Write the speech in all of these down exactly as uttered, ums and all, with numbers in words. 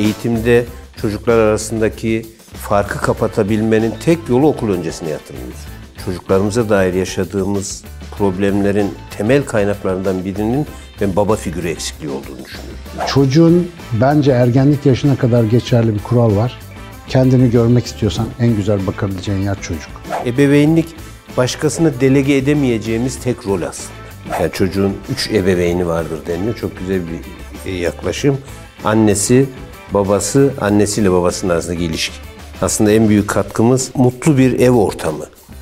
Eğitimde çocuklar arasındaki farkı kapatabilmenin tek yolu okul öncesine yatırımdır. Çocuklarımıza dair yaşadığımız problemlerin temel kaynaklarından birinin ben baba figürü eksikliği olduğunu düşünüyorum. Çocuğun bence ergenlik yaşına kadar geçerli bir kural var. Kendini görmek istiyorsan en güzel bakabileceğin yer çocuk. Ebeveynlik başkasına delege edemeyeceğimiz tek rol aslında. Yani çocuğun üç ebeveyni vardır deniliyor. Çok güzel bir yaklaşım. Annesi, babası, annesiyle babasının arasındaki ilişki. Aslında en büyük katkımız mutlu bir ev ortamı.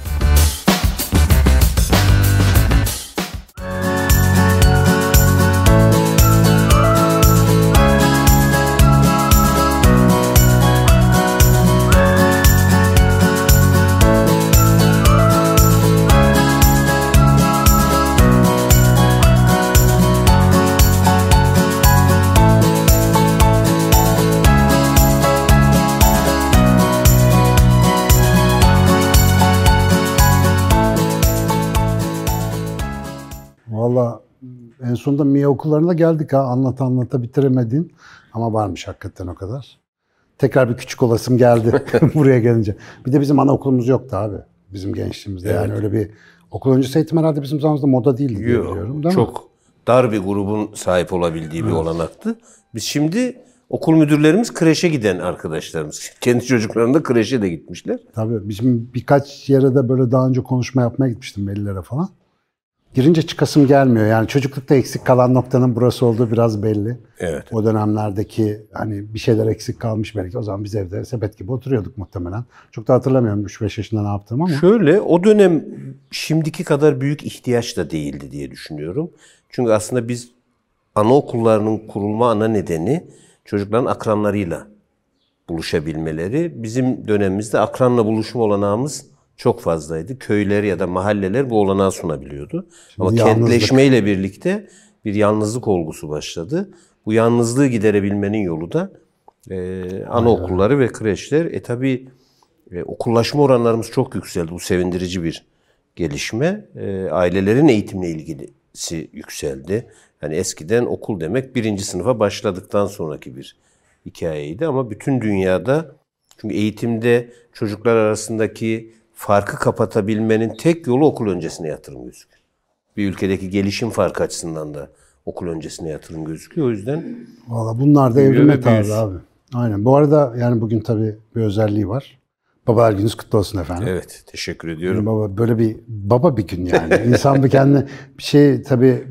Valla en sonunda M İ A okullarına geldik ha. Anlata anlata bitiremedin. Ama varmış hakikaten o kadar. Tekrar bir küçük olasım geldi buraya gelince. Bir de bizim anaokulumuz yoktu abi. Bizim gençliğimizde. Evet. Yani öyle bir okul öncesi eğitim herhalde bizim zamanımızda moda değildi diye biliyorum. Değil çok mi? dar bir grubun sahip olabildiği evet. bir olanaktı. Biz şimdi okul müdürlerimiz kreşe giden arkadaşlarımız. Kendi çocuklarını da kreşe de gitmişler. Tabii. Bizim birkaç yere de böyle daha önce konuşma yapmaya gitmiştim velilere falan. Girince çıkasım gelmiyor. Yani çocuklukta eksik kalan noktanın burası olduğu biraz belli. Evet. O dönemlerdeki hani bir şeyler eksik kalmış belki. O zaman biz evde sepet gibi oturuyorduk muhtemelen. Çok da hatırlamıyorum üç beş yaşında ne yaptığım ama. Şöyle, o dönem şimdiki kadar büyük ihtiyaç da değildi diye düşünüyorum. Çünkü aslında biz anaokullarının kurulma ana nedeni çocukların akranlarıyla buluşabilmeleri. Bizim dönemimizde akranla buluşma olanağımız çok fazlaydı. Köyler ya da mahalleler bu olanağı sunabiliyordu. Şimdi ama yalnızlık. Kentleşmeyle birlikte bir yalnızlık olgusu başladı. Bu yalnızlığı giderebilmenin yolu da e, anaokulları ve kreşler. E tabi e, okullaşma oranlarımız çok yükseldi. Bu sevindirici bir gelişme. E, ailelerin eğitimle ilgisi yükseldi. Yani eskiden okul demek birinci sınıfa başladıktan sonraki bir hikayeydi. Ama bütün dünyada, çünkü eğitimde çocuklar arasındaki farkı kapatabilmenin tek yolu okul öncesine yatırım gözüküyor. Bir ülkedeki gelişim farkı açısından da okul öncesine yatırım gözüküyor. O yüzden valla bunlar da evrime tarzı abi. Aynen. Bu arada yani bugün tabii bir özelliği var. Babalar gününüz kutlu olsun efendim. Evet, teşekkür ediyorum. Yani baba, böyle bir baba bir gün yani. İnsan bir kendine bir şey tabii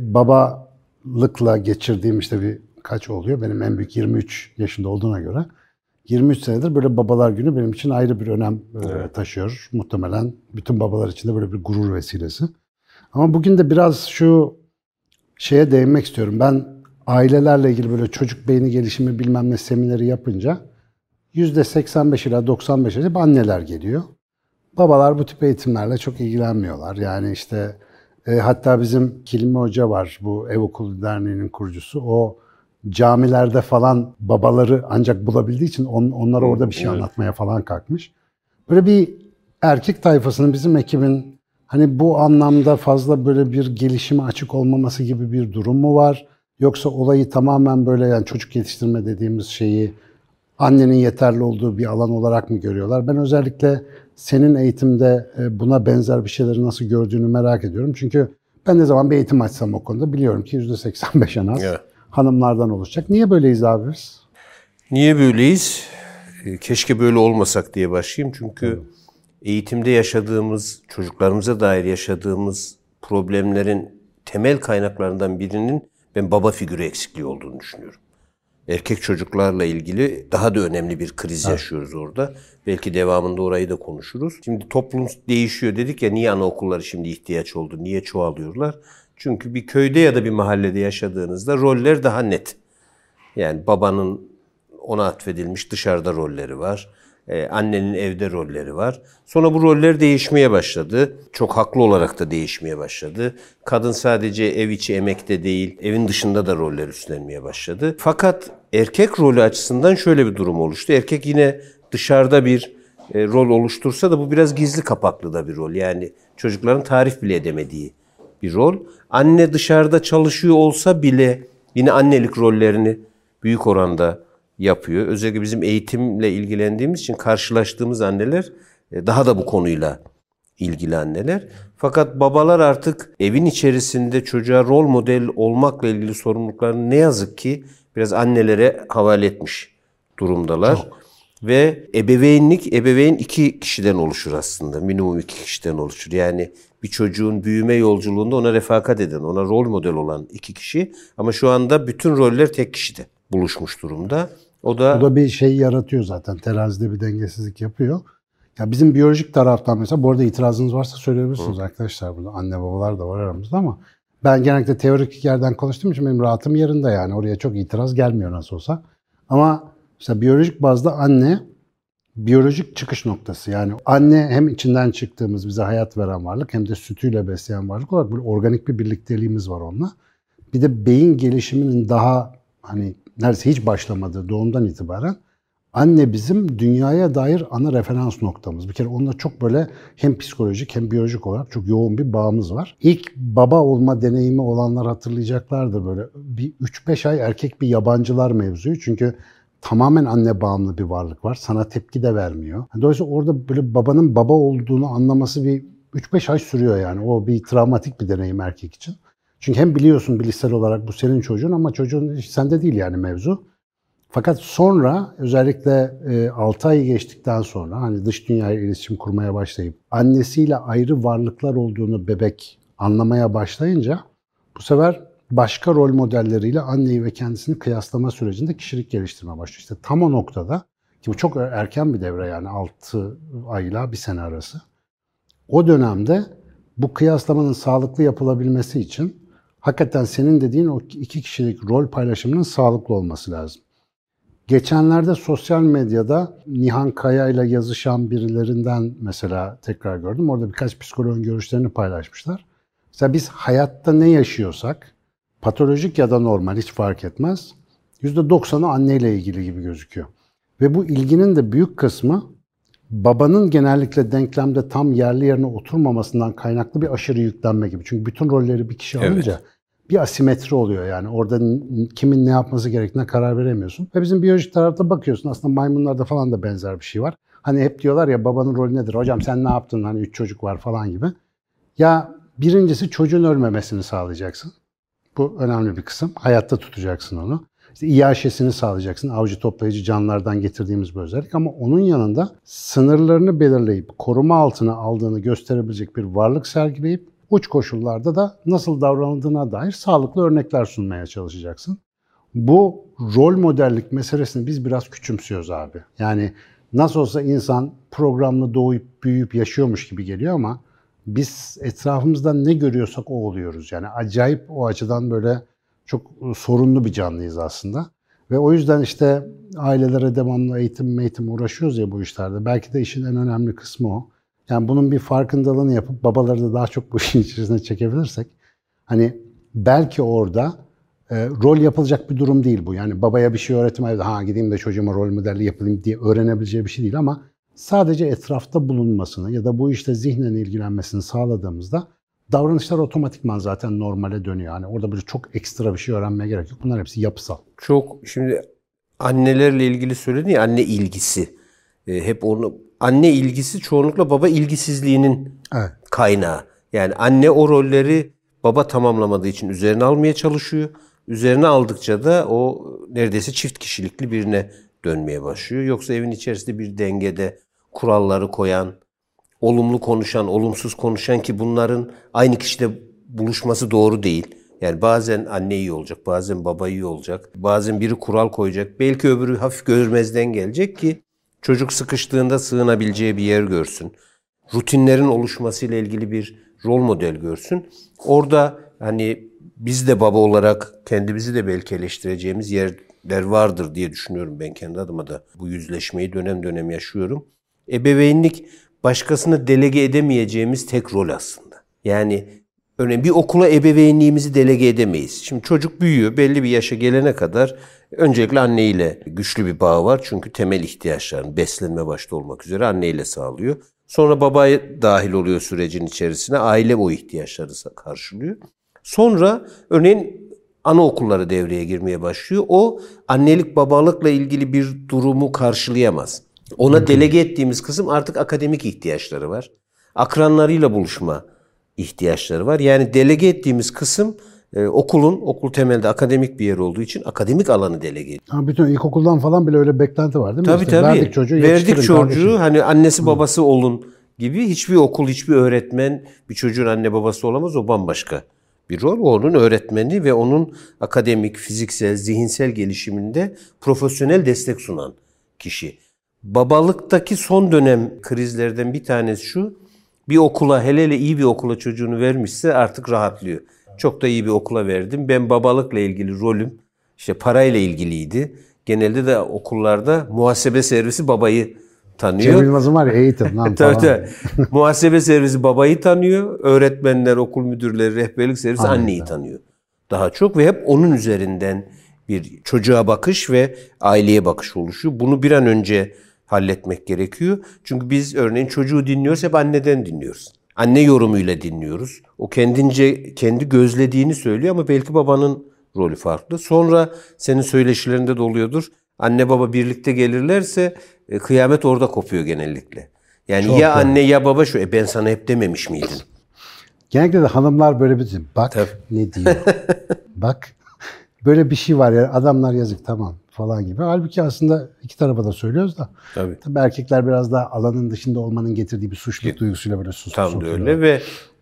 babalıkla geçirdiğim işte bir kaç oluyor? Benim en büyük yirmi üç yaşında olduğuna göre. yirmi üç senedir böyle babalar günü benim için ayrı bir önem evet. taşıyor. Muhtemelen bütün babalar için de böyle bir gurur vesilesi. Ama bugün de biraz şu şeye değinmek istiyorum. Ben ailelerle ilgili böyle çocuk beyni gelişimi bilmem ne semineri yapınca yüzde seksen beş ila doksan beş hep anneler geliyor. Babalar bu tip eğitimlerle çok ilgilenmiyorlar. Yani işte e, hatta bizim Kilimi Hoca var, bu Ev Okulu Derneği'nin kurucusu. O camilerde falan babaları ancak bulabildiği için on, onlara orada bir şey evet. anlatmaya falan kalkmış. Böyle bir erkek tayfasının, bizim ekibin hani bu anlamda fazla böyle bir gelişime açık olmaması gibi bir durum mu var? Yoksa olayı tamamen böyle yani çocuk yetiştirme dediğimiz şeyi annenin yeterli olduğu bir alan olarak mı görüyorlar? Ben özellikle senin eğitimde buna benzer bir şeyleri nasıl gördüğünü merak ediyorum. Çünkü ben ne zaman bir eğitim açsam o konuda biliyorum ki yüzde seksen beş en az. Evet. Hanımlardan olacak. Niye böyleyiz abi biz? Niye böyleyiz? Keşke böyle olmasak diye başlayayım. Çünkü evet. eğitimde yaşadığımız, çocuklarımıza dair yaşadığımız problemlerin temel kaynaklarından birinin ben baba figürü eksikliği olduğunu düşünüyorum. Erkek çocuklarla ilgili daha da önemli bir kriz evet. yaşıyoruz orada. Belki devamında orayı da konuşuruz. Şimdi toplum değişiyor dedik ya, niye anaokulları şimdi ihtiyaç oldu, niye çoğalıyorlar? Çünkü bir köyde ya da bir mahallede yaşadığınızda roller daha net. Yani babanın ona atfedilmiş dışarıda rolleri var. Ee, annenin evde rolleri var. Sonra bu roller değişmeye başladı. Çok haklı olarak da değişmeye başladı. Kadın sadece ev içi emekte değil, evin dışında da roller üstlenmeye başladı. Fakat erkek rolü açısından şöyle bir durum oluştu. Erkek yine dışarıda bir e, rol oluştursa da bu biraz gizli kapaklı da bir rol. Yani çocukların tarif bile edemediği bir rol. Anne dışarıda çalışıyor olsa bile yine annelik rollerini büyük oranda yapıyor. Özellikle bizim eğitimle ilgilendiğimiz için karşılaştığımız anneler daha da bu konuyla ilgili anneler. Fakat babalar artık evin içerisinde çocuğa rol model olmakla ilgili sorumluluklarını ne yazık ki biraz annelere havale etmiş durumdalar. Çok. Ve ebeveynlik, ebeveyn iki kişiden oluşur aslında. Minimum iki kişiden oluşur. Yani bir çocuğun büyüme yolculuğunda ona refakat eden, ona rol model olan iki kişi. Ama şu anda bütün roller tek kişide buluşmuş durumda. O da, o da bir şey yaratıyor zaten. Terazide bir dengesizlik yapıyor. Ya bizim biyolojik taraftan mesela, bu arada itirazınız varsa söyleyebilirsiniz Hı. arkadaşlar burada. Anne babalar da var aramızda ama ben genellikle teorik yerden konuştuğum için benim rahatım yerinde yani. Oraya çok itiraz gelmiyor nasıl olsa. Ama mesela biyolojik bazda anne biyolojik çıkış noktası. Yani anne hem içinden çıktığımız, bize hayat veren varlık hem de sütüyle besleyen varlık olarak böyle organik bir birlikteliğimiz var onunla. Bir de beyin gelişiminin daha hani neredeyse hiç başlamadığı doğumdan itibaren anne bizim dünyaya dair ana referans noktamız. Bir kere onunla çok böyle hem psikolojik hem biyolojik olarak çok yoğun bir bağımız var. İlk baba olma deneyimi olanlar hatırlayacaklardır böyle. Bir üç beş ay erkek bir yabancılar mevzuyu. Çünkü tamamen anne bağımlı bir varlık var. Sana tepki de vermiyor. Dolayısıyla orada böyle babanın baba olduğunu anlaması bir üç beş ay sürüyor yani. O bir travmatik bir deneyim erkek için. Çünkü hem biliyorsun bilişsel olarak bu senin çocuğun ama çocuğun sende değil yani mevzu. Fakat sonra özellikle altı ay geçtikten sonra hani dış dünyayla iletişim kurmaya başlayıp annesiyle ayrı varlıklar olduğunu bebek anlamaya başlayınca bu sefer başka rol modelleriyle anneyi ve kendisini kıyaslama sürecinde kişilik geliştirmeye başlıyor. İşte tam o noktada ki bu çok erken bir devre yani altı ayla bir sene arası. O dönemde bu kıyaslamanın sağlıklı yapılabilmesi için hakikaten senin dediğin o iki kişilik rol paylaşımının sağlıklı olması lazım. Geçenlerde sosyal medyada Nihan Kaya ile yazışan birilerinden mesela tekrar gördüm. Orada birkaç psikoloğun görüşlerini paylaşmışlar. Mesela biz hayatta ne yaşıyorsak, patolojik ya da normal hiç fark etmez, yüzde doksanı anneyle ilgili gibi gözüküyor. Ve bu ilginin de büyük kısmı babanın genellikle denklemde tam yerli yerine oturmamasından kaynaklı bir aşırı yüklenme gibi. Çünkü bütün rolleri bir kişi alınca evet. bir asimetri oluyor yani. Orada kimin ne yapması gerektiğine karar veremiyorsun. Ve bizim biyolojik tarafta bakıyorsun aslında maymunlarda falan da benzer bir şey var. Hani hep diyorlar ya babanın rolü nedir? Hocam sen ne yaptın? Hani üç çocuk var falan gibi. Ya birincisi çocuğun ölmemesini sağlayacaksın. Bu önemli bir kısım. Hayatta tutacaksın onu. İşte iaşesini sağlayacaksın. Avcı toplayıcı canlılardan getirdiğimiz bir özellik. Ama onun yanında sınırlarını belirleyip koruma altına aldığını gösterebilecek bir varlık sergileyip uç koşullarda da nasıl davranıldığına dair sağlıklı örnekler sunmaya çalışacaksın. Bu rol modellik meselesini biz biraz küçümsüyoruz abi. Yani nasıl olsa insan programlı doğup büyüyüp yaşıyormuş gibi geliyor ama biz etrafımızda ne görüyorsak o oluyoruz. Yani acayip o açıdan böyle çok sorunlu bir canlıyız aslında. Ve o yüzden işte ailelere devamlı eğitim eğitim uğraşıyoruz ya bu işlerde. Belki de işin en önemli kısmı o. Yani bunun bir farkındalığını yapıp babaları da daha çok bu işin içerisine çekebilirsek hani belki orada e, rol yapılacak bir durum değil bu. Yani babaya bir şey öğretim, ha gideyim de çocuğuma rol modelli yapayım diye öğrenebileceği bir şey değil ama sadece etrafta bulunmasını ya da bu işte zihnen ilgilenmesini sağladığımızda davranışlar otomatikman zaten normale dönüyor. Yani orada böyle çok ekstra bir şey öğrenmeye gerek yok. Bunlar hepsi yapısal. Çok şimdi annelerle ilgili söyledin ya anne ilgisi. E, hep onu anne ilgisi çoğunlukla baba ilgisizliğinin evet. kaynağı. Yani anne o rolleri baba tamamlamadığı için üzerine almaya çalışıyor. Üzerine aldıkça da o neredeyse çift kişilikli birine dönmeye başlıyor. Yoksa evin içerisinde bir dengede kuralları koyan, olumlu konuşan, olumsuz konuşan ki bunların aynı kişide buluşması doğru değil. Yani bazen anne iyi olacak, bazen baba iyi olacak, bazen biri kural koyacak. Belki öbürü hafif görmezden gelecek ki çocuk sıkıştığında sığınabileceği bir yer görsün. Rutinlerin oluşmasıyla ilgili bir rol model görsün. Orada hani biz de baba olarak kendimizi de belki eleştireceğimiz yerler vardır diye düşünüyorum ben kendi adıma da. Bu yüzleşmeyi dönem dönem yaşıyorum. Ebeveynlik başkasına delege edemeyeceğimiz tek rol aslında. Yani örneğin bir okula ebeveynliğimizi delege edemeyiz. Şimdi çocuk büyüyor, belli bir yaşa gelene kadar öncelikle anneyle güçlü bir bağ var. Çünkü temel ihtiyaçlarını beslenme başta olmak üzere anneyle sağlıyor. Sonra baba dahil oluyor sürecin içerisine. Aile o ihtiyaçları karşılıyor. Sonra örneğin anaokulları devreye girmeye başlıyor. O annelik babalıkla ilgili bir durumu karşılayamaz. Ona Mümkün. delege ettiğimiz kısım artık akademik ihtiyaçları var. Akranlarıyla buluşma ihtiyaçları var. Yani delege ettiğimiz kısım e, okulun, okul temelde akademik bir yer olduğu için akademik alanı delege ediyor. Ha, bütün ilkokuldan falan bile öyle beklenti var değil mi? Tabii işte tabii. Verdik çocuğu, Verdik çocuğu kardeşim. Hani annesi babası Hı. olun gibi hiçbir okul, hiçbir öğretmen bir çocuğun anne babası olamaz. O bambaşka bir rol. O onun öğretmeni ve onun akademik, fiziksel, zihinsel gelişiminde profesyonel destek sunan kişi. Babalıktaki son dönem krizlerden bir tanesi şu. Bir okula, hele hele iyi bir okula çocuğunu vermişse artık rahatlıyor. Çok da iyi bir okula verdim. Ben babalıkla ilgili rolüm işte parayla ilgiliydi. Genelde de okullarda muhasebe servisi babayı tanıyor. Cem Yılmaz'ın var ya eğitim lan tabii tabii. Muhasebe servisi babayı tanıyor. Öğretmenler, okul müdürleri, rehberlik servisi Aynen. anneyi tanıyor. Daha çok ve hep onun üzerinden bir çocuğa bakış ve aileye bakış oluşuyor. Bunu bir an önce halletmek gerekiyor. Çünkü biz örneğin çocuğu dinliyoruz, hep anneden dinliyoruz. Anne yorumuyla dinliyoruz. O kendince kendi gözlediğini söylüyor ama belki babanın rolü farklı. Sonra senin söyleşilerinde de oluyordur. Anne baba birlikte gelirlerse e, kıyamet orada kopuyor genellikle. Yani Çok ya yani. anne ya baba şu e ben sana hep dememiş miydim? Genellikle de hanımlar böyle bir bak Tabii. ne diyor. Bak böyle bir şey var ya adamlar yazık tamam falan gibi. Halbuki aslında iki tarafa da söylüyoruz da. Tabii. Tabii erkekler biraz daha alanın dışında olmanın getirdiği bir suçluluk duygusuyla böyle sus. Tam da öyle ve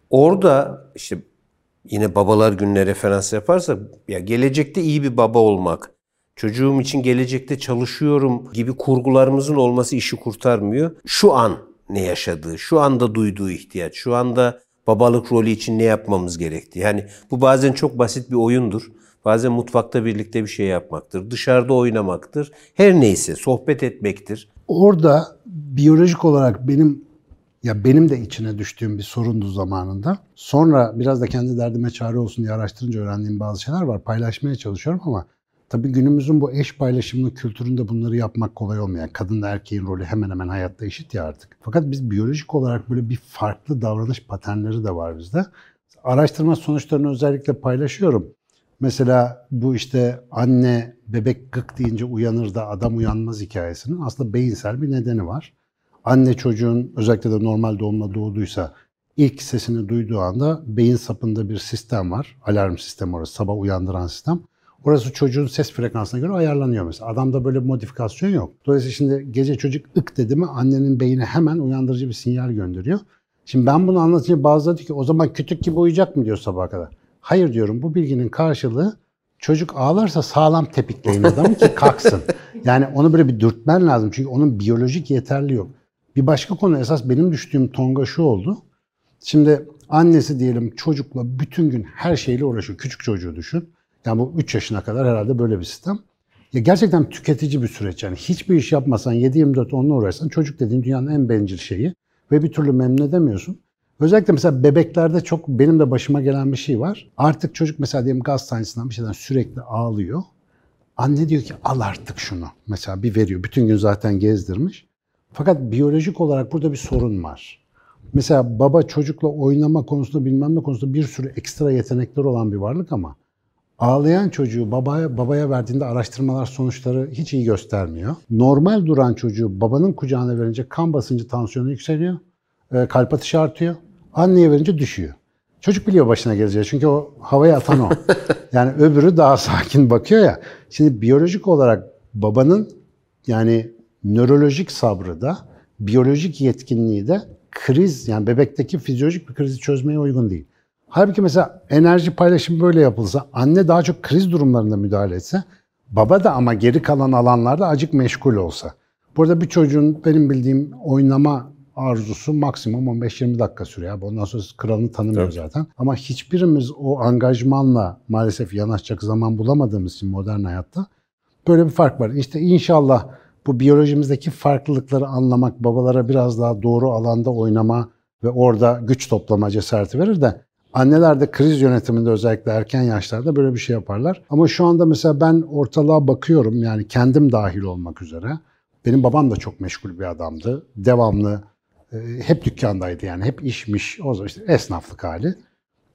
orada işte yine babalar gününe referans yaparsa ya gelecekte iyi bir baba olmak, çocuğum için gelecekte çalışıyorum gibi kurgularımızın olması işi kurtarmıyor. Şu an ne yaşadığı, şu anda duyduğu ihtiyaç, şu anda babalık rolü için ne yapmamız gerektiği. Yani bu bazen çok basit bir oyundur. Bazen mutfakta birlikte bir şey yapmaktır. Dışarıda oynamaktır. Her neyse sohbet etmektir. Orada biyolojik olarak benim ya benim de içine düştüğüm bir sorundu zamanında. Sonra biraz da kendi derdime çare olsun diye araştırınca öğrendiğim bazı şeyler var. Paylaşmaya çalışıyorum ama tabii günümüzün bu eş paylaşımlı kültüründe bunları yapmak kolay olmuyor. Yani kadınla erkeğin rolü hemen hemen hayatta eşit ya artık. Fakat biz biyolojik olarak böyle bir farklı davranış paternleri de var bizde. Araştırma sonuçlarını özellikle paylaşıyorum. Mesela bu işte anne bebek gık deyince uyanır da adam uyanmaz hikayesinin aslında beyinsel bir nedeni var. Anne çocuğun özellikle de normal doğumla doğduysa ilk sesini duyduğu anda beyin sapında bir sistem var. Alarm sistemi orası, sabah uyandıran sistem. Orası çocuğun ses frekansına göre ayarlanıyor mesela. Adamda böyle bir modifikasyon yok. Dolayısıyla şimdi gece çocuk ık dedi mi annenin beyni hemen uyandırıcı bir sinyal gönderiyor. Şimdi ben bunu anlatınca bazıları diyor ki o zaman kütük gibi uyuyacak mı diyor sabaha kadar. Hayır diyorum bu bilginin karşılığı çocuk ağlarsa sağlam tepikleyin adamı ki kalksın. Yani onu böyle bir dürtmen lazım çünkü onun biyolojik yeterli yok. Bir başka konu esas benim düştüğüm tonga şu oldu. Şimdi annesi diyelim çocukla bütün gün her şeyle uğraşıyor. Küçük çocuğu düşün. Yani bu üç yaşına kadar herhalde böyle bir sistem. Ya gerçekten tüketici bir süreç yani. Hiçbir iş yapmasan yedi yirmi dört onunla uğraşsan çocuk dediğin dünyanın en bencil şeyi ve bir türlü memnun edemiyorsun. Özellikle mesela bebeklerde çok benim de başıma gelen bir şey var. Artık çocuk mesela diyelim gaz sancısından bir şeyden sürekli ağlıyor. Anne diyor ki al artık şunu. Mesela bir veriyor. Bütün gün zaten gezdirmiş. Fakat biyolojik olarak burada bir sorun var. Mesela baba çocukla oynama konusunda bilmem ne konusunda bir sürü ekstra yetenekleri olan bir varlık ama ağlayan çocuğu babaya, babaya verdiğinde araştırmalar sonuçları hiç iyi göstermiyor. Normal duran çocuğu babanın kucağına verince kan basıncı, tansiyonu yükseliyor. Kalp atışı artıyor. Anneye verince düşüyor. Çocuk biliyor başına geleceği çünkü o havaya atan o. Yani öbürü daha sakin bakıyor ya. Şimdi biyolojik olarak babanın yani nörolojik sabrı da, biyolojik yetkinliği de kriz yani bebekteki fizyolojik bir krizi çözmeye uygun değil. Halbuki mesela enerji paylaşımı böyle yapılsa, anne daha çok kriz durumlarında müdahale etse, baba da ama geri kalan alanlarda acık meşgul olsa. Burada bir çocuğun benim bildiğim oynama arzusu maksimum on beş yirmi dakika sürüyor. Ondan sonra kralını tanımıyor evet. zaten. Ama hiçbirimiz o angajmanla maalesef yanaşacak zaman bulamadığımız için modern hayatta böyle bir fark var. İşte inşallah bu biyolojimizdeki farklılıkları anlamak, babalara biraz daha doğru alanda oynama ve orada güç toplama cesareti verir de anneler de kriz yönetiminde özellikle erken yaşlarda böyle bir şey yaparlar. Ama şu anda mesela ben ortalığa bakıyorum yani kendim dahil olmak üzere. Benim babam da çok meşgul bir adamdı. Devamlı hep dükkandaydı yani hep işmiş, o zaman işte esnaflık hali.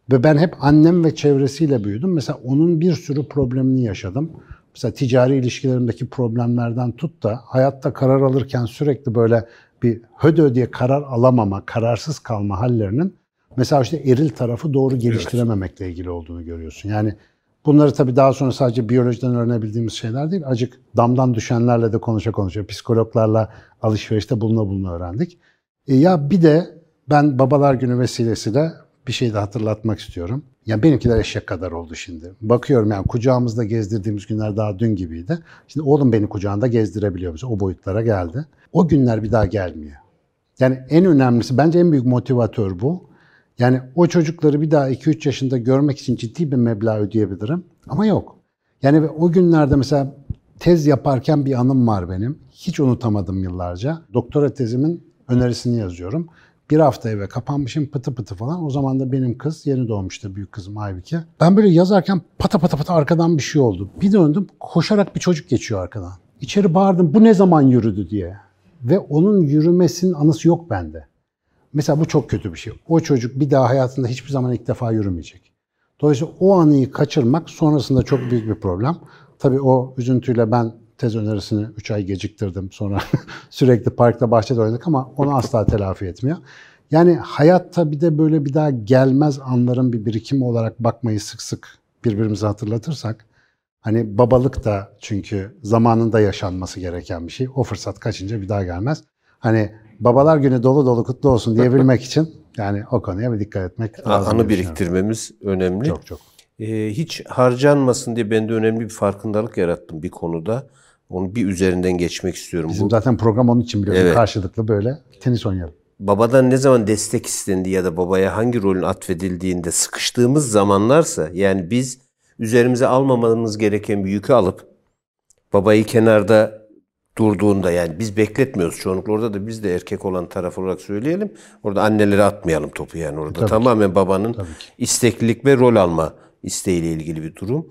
Ve ben hep annem ve çevresiyle büyüdüm. Mesela onun bir sürü problemini yaşadım. Mesela ticari ilişkilerimdeki problemlerden tut da hayatta karar alırken sürekli böyle bir hödö diye karar alamama, kararsız kalma hallerinin mesela işte eril tarafı doğru geliştirememekle ilgili olduğunu görüyorsun. Yani bunları tabii daha sonra sadece biyolojiden öğrenebildiğimiz şeyler değil, acık damdan düşenlerle de konuşa konuşa, psikologlarla alışverişte buluna buluna öğrendik. E ya bir de ben Babalar Günü vesilesiyle bir şey de hatırlatmak istiyorum. Ya benimkiler eşek kadar oldu şimdi. Bakıyorum yani kucağımızda gezdirdiğimiz günler daha dün gibiydi. Şimdi oğlum beni kucağında gezdirebiliyor mesela, o boyutlara geldi. O günler bir daha gelmiyor. Yani en önemlisi, bence en büyük motivatör bu. Yani o çocukları bir daha iki üç yaşında görmek için ciddi bir meblağ ödeyebilirim. Ama yok. Yani o günlerde mesela tez yaparken bir anım var benim. Hiç unutamadım yıllarca. Doktora tezimin önerisini yazıyorum. Bir hafta eve kapanmışım, pıtı pıtı falan. O zaman da benim kız yeni doğmuştu, büyük kızım Aybike. Ben böyle yazarken pata pata pata arkadan bir şey oldu. Bir döndüm, koşarak bir çocuk geçiyor arkadan. İçeri bağırdım, bu ne zaman yürüdü diye. Ve onun yürümesinin anısı yok bende. Mesela bu çok kötü bir şey. O çocuk bir daha hayatında hiçbir zaman ilk defa yürümeyecek. Dolayısıyla o anıyı kaçırmak sonrasında çok büyük bir problem. Tabii o üzüntüyle ben tez önerisini üç ay geciktirdim. Sonra sürekli parkta, bahçede oynadık ama onu asla telafi etmiyor. Yani hayatta bir de böyle bir daha gelmez anların bir birikimi olarak bakmayı sık sık birbirimize hatırlatırsak, hani babalık da çünkü zamanında yaşanması gereken bir şey. O fırsat kaçınca bir daha gelmez. Hani Babalar Günü dolu dolu kutlu olsun diyebilmek için yani o konuya bir dikkat etmek lazım. Anı biriktirmemiz önemli. Çok çok. Ee, hiç harcanmasın diye ben de önemli bir farkındalık yarattım bir konuda. Onu bir üzerinden geçmek istiyorum. Bizim Bu, zaten program onun için biliyorum. Evet. Karşılıklı böyle tenis oynayalım. Babadan ne zaman destek istendi ya da babaya hangi rolün atfedildiğinde sıkıştığımız zamanlarsa, yani biz üzerimize almamamız gereken bir yükü alıp babayı kenarda durduğunda, yani biz bekletmiyoruz çoğunlukla, orada da biz de erkek olan taraf olarak söyleyelim. Orada annelere atmayalım topu, yani orada Tabii tamamen ki. babanın Tabii ki. isteklilik ve rol alma isteğiyle ilgili bir durum.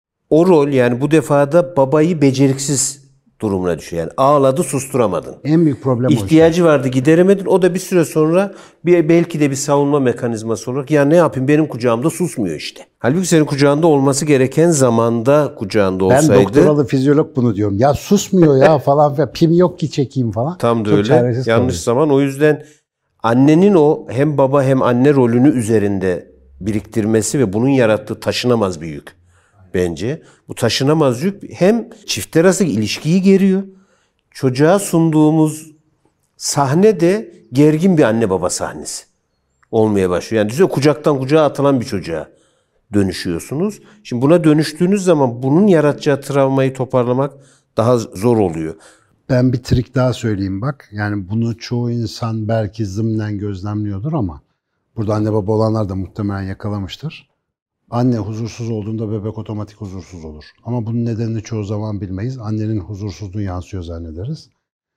O rol, yani bu defada babayı beceriksiz durumuna düşüyor. Yani ağladı, susturamadın. En büyük problem o. İhtiyacı vardı, gideremedin. O da bir süre sonra bir, belki de bir savunma mekanizması olarak, ya ne yapayım benim kucağımda susmuyor işte. Halbuki senin kucağında olması gereken zamanda kucağında olsaydı. Ben doktoralı fizyolog bunu diyorum. Ya susmuyor ya falan filan. Pim yok ki çekeyim falan. Tam da Çok öyle. çaresiz Yanlış kalıyor. zaman. O yüzden annenin o hem baba hem anne rolünü üzerinde biriktirmesi ve bunun yarattığı taşınamaz bir yük. Bence bu taşınamaz yük hem çiftler arasındaki ilişkiyi geriyor. Çocuğa sunduğumuz sahne de gergin bir anne baba sahnesi olmaya başlıyor. Yani düşünsene, kucaktan kucağa atılan bir çocuğa dönüşüyorsunuz. Şimdi buna dönüştüğünüz zaman bunun yaratacağı travmayı toparlamak daha zor oluyor. Ben bir trik daha söyleyeyim bak. Yani bunu çoğu insan belki zımnen gözlemliyordur ama burada anne baba olanlar da muhtemelen yakalamıştır. Anne huzursuz olduğunda bebek otomatik huzursuz olur. Ama bunun nedenini çoğu zaman bilmeyiz. Annenin huzursuzluğu yansıyor zannederiz.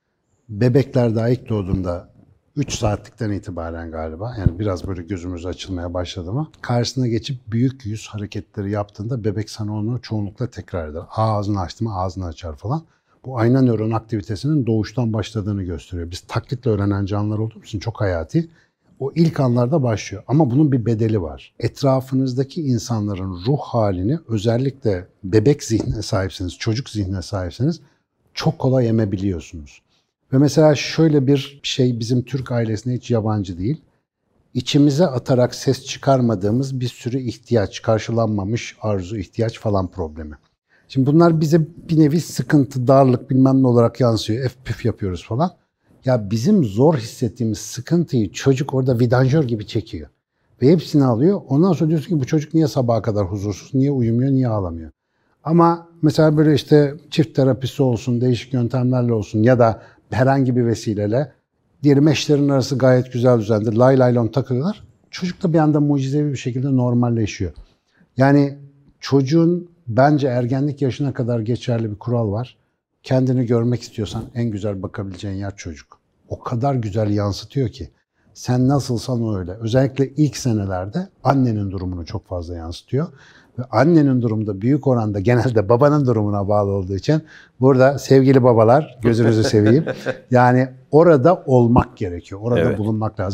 Bebekler daha ilk doğduğunda üç saatlikten itibaren galiba, yani biraz böyle gözümüz açılmaya başladı mı, karşısına geçip büyük yüz hareketleri yaptığında bebek sana onu çoğunlukla tekrar eder. Ağzını açtı mı ağzını açar falan. Bu ayna nöron aktivitesinin doğuştan başladığını gösteriyor. Biz taklitle öğrenen canlılar olduğumuz için çok hayati. O ilk anlarda başlıyor ama bunun bir bedeli var. Etrafınızdaki insanların ruh halini, özellikle bebek zihnine sahipseniz, çocuk zihnine sahipseniz çok kolay emebiliyorsunuz. Ve mesela şöyle bir şey bizim Türk ailesine hiç yabancı değil. İçimize atarak ses çıkarmadığımız bir sürü ihtiyaç, karşılanmamış arzu, ihtiyaç falan problemi. Şimdi bunlar bize bir nevi sıkıntı, darlık bilmem ne olarak yansıyor. Ef püf yapıyoruz falan. Ya bizim zor hissettiğimiz sıkıntıyı çocuk orada vidanjör gibi çekiyor. Ve hepsini alıyor. Ondan sonra diyorsun ki bu çocuk niye sabaha kadar huzursuz, niye uyumuyor, niye ağlamıyor? Ama mesela böyle işte çift terapisi olsun, değişik yöntemlerle olsun ya da herhangi bir vesileyle diyelim eşlerin arası gayet güzel düzendir. Lay lay lon takılıyorlar. Çocuk da bir anda mucizevi bir şekilde normalleşiyor. Yani çocuğun bence ergenlik yaşına kadar geçerli bir kural var. Kendini görmek istiyorsan en güzel bakabileceğin yer çocuk. O kadar güzel yansıtıyor ki. Sen nasılsan o öyle. Özellikle ilk senelerde annenin durumunu çok fazla yansıtıyor. Ve annenin durumu da büyük oranda genelde babanın durumuna bağlı olduğu için burada sevgili babalar, gözünüzü seveyim. Yani orada olmak gerekiyor. Orada evet. bulunmak lazım.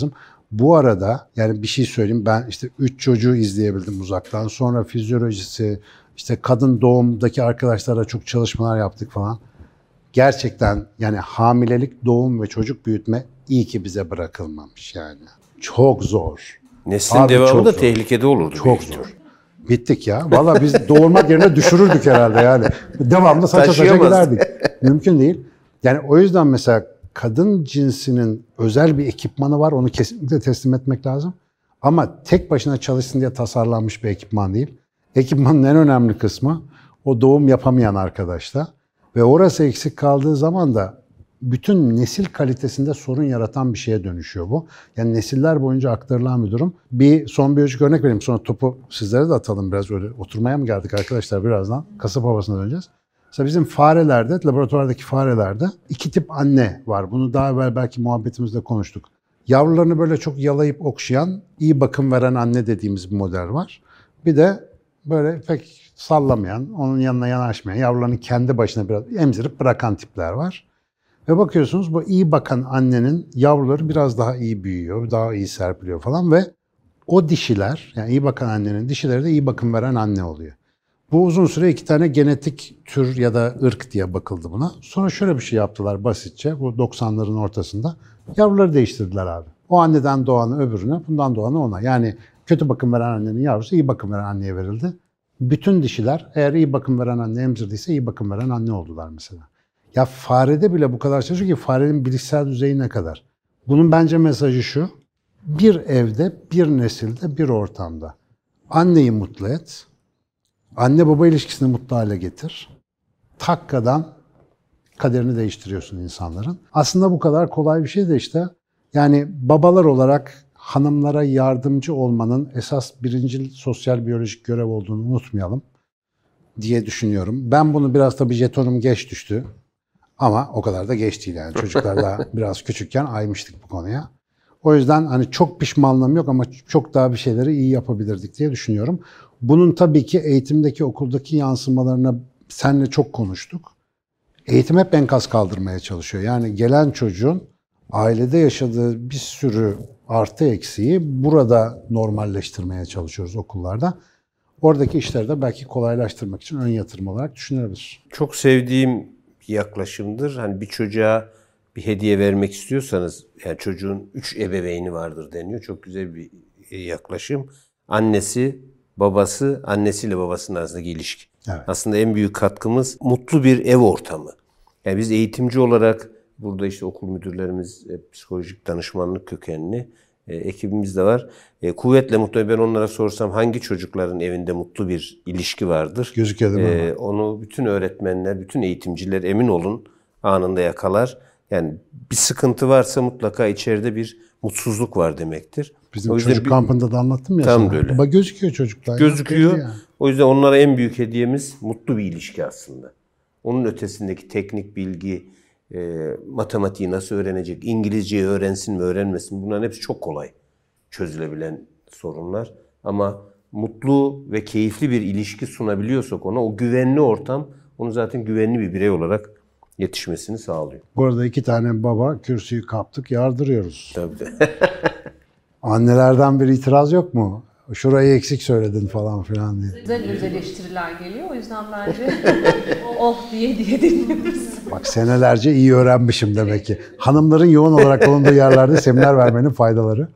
Bu arada yani bir şey söyleyeyim, ben işte üç çocuğu izleyebildim uzaktan. Sonra fizyolojisi, işte kadın doğumdaki arkadaşlarla çok çalışmalar yaptık falan. Gerçekten yani hamilelik, doğum ve çocuk büyütme iyi ki bize bırakılmamış yani. Çok zor. Neslin Abi devamı çok da zor. tehlikede olurdu. Çok zor. Bittik ya. Valla biz doğurmak yerine düşürürdük herhalde yani. Devamlı saça saça giderdik. Mümkün değil. Yani o yüzden mesela kadın cinsinin özel bir ekipmanı var. Onu kesinlikle teslim etmek lazım. Ama tek başına çalışsın diye tasarlanmış bir ekipman değil. Ekipmanın en önemli kısmı o doğum yapamayan arkadaşta. Ve orası eksik kaldığı zaman da bütün nesil kalitesinde sorun yaratan bir şeye dönüşüyor bu. Yani nesiller boyunca aktarılan bir durum. Bir son biyolojik örnek vereyim, sonra topu sizlere de atalım biraz, öyle oturmaya mı geldik arkadaşlar birazdan? Kasap havasına döneceğiz. Mesela bizim farelerde, laboratuvardaki farelerde iki tip anne var. Bunu daha evvel belki muhabbetimizde konuştuk. Yavrularını böyle çok yalayıp okşayan, iyi bakım veren anne dediğimiz bir model var. Bir de böyle pek sallamayan, onun yanına yanaşmayan, yavrularını kendi başına biraz emzirip bırakan tipler var. Ve bakıyorsunuz bu iyi bakan annenin yavruları biraz daha iyi büyüyor, daha iyi serpiliyor falan ve o dişiler, yani iyi bakan annenin dişileri de iyi bakım veren anne oluyor. Bu uzun süre iki tane genetik tür ya da ırk diye bakıldı buna. Sonra şöyle bir şey yaptılar basitçe, bu doksanların ortasında. Yavruları değiştirdiler abi. O anneden doğanı öbürüne, bundan doğanı ona. Yani kötü bakım veren annenin yavrusu iyi bakım veren anneye verildi. Bütün dişiler eğer iyi bakım veren anne emzirdiyse iyi bakım veren anne oldular mesela. Ya farede bile bu kadar çalışıyor ki farenin bilişsel düzeyi ne kadar? Bunun bence mesajı şu: bir evde, bir nesilde, bir ortamda anneyi mutlu et, anne baba ilişkisini mutlu hale getir. Takkadan kaderini değiştiriyorsun insanların. Aslında bu kadar kolay bir şey de işte. Yani babalar olarak hanımlara yardımcı olmanın esas birincil sosyal biyolojik görev olduğunu unutmayalım diye düşünüyorum. Ben bunu biraz tabii jetonum geç düştü. Ama o kadar da geç değil yani. Çocuklar da biraz küçükken aymıştık bu konuya. O yüzden hani çok pişmanlığım yok ama çok daha bir şeyleri iyi yapabilirdik diye düşünüyorum. Bunun tabii ki eğitimdeki, okuldaki yansımalarına seninle çok konuştuk. Eğitim hep enkaz kaldırmaya çalışıyor. Yani gelen çocuğun ailede yaşadığı bir sürü artı eksiği burada normalleştirmeye çalışıyoruz okullarda. Oradaki işleri de belki kolaylaştırmak için ön yatırım olarak düşünülebilir. Çok sevdiğim bir yaklaşımdır. Hani bir çocuğa bir hediye vermek istiyorsanız, yani çocuğun üç ebeveyni vardır deniyor. Çok güzel bir yaklaşım. Annesi, babası, annesiyle babasının arasındaki ilişki. Evet. Aslında en büyük katkımız mutlu bir ev ortamı. Yani biz eğitimci olarak burada işte okul müdürlerimiz psikolojik danışmanlık kökenli e, ekibimiz de var. E, kuvvetle mutlu. Ben onlara sorsam hangi çocukların evinde mutlu bir ilişki vardır? Gözüküyor değil mi? E, onu bütün öğretmenler, bütün eğitimciler emin olun anında yakalar. Yani bir sıkıntı varsa mutlaka içeride bir mutsuzluk var demektir. Bizim çocuk bir, kampında da anlattım ya tam sana. böyle. Ama gözüküyor çocuklar. Gözüküyor. Yani. O yüzden onlara en büyük hediyemiz mutlu bir ilişki aslında. Onun ötesindeki teknik bilgi, e, matematiği nasıl öğrenecek, İngilizceyi öğrensin mi öğrenmesin, bunların hepsi çok kolay çözülebilen sorunlar. Ama mutlu ve keyifli bir ilişki sunabiliyorsak ona, o güvenli ortam onu zaten güvenli bir birey olarak yetişmesini sağlıyor. Bu arada iki tane baba kürsüyü kaptık, yardırıyoruz. Tabii de. Annelerden bir itiraz yok mu? Şurayı eksik söyledin falan filan diye. Güzel öz eleştiriler geliyor. O yüzden bence oh diye diye dinliyoruz. Bak senelerce iyi öğrenmişim demek ki. Hanımların yoğun olarak bulunduğu yerlerde seminer vermenin faydaları.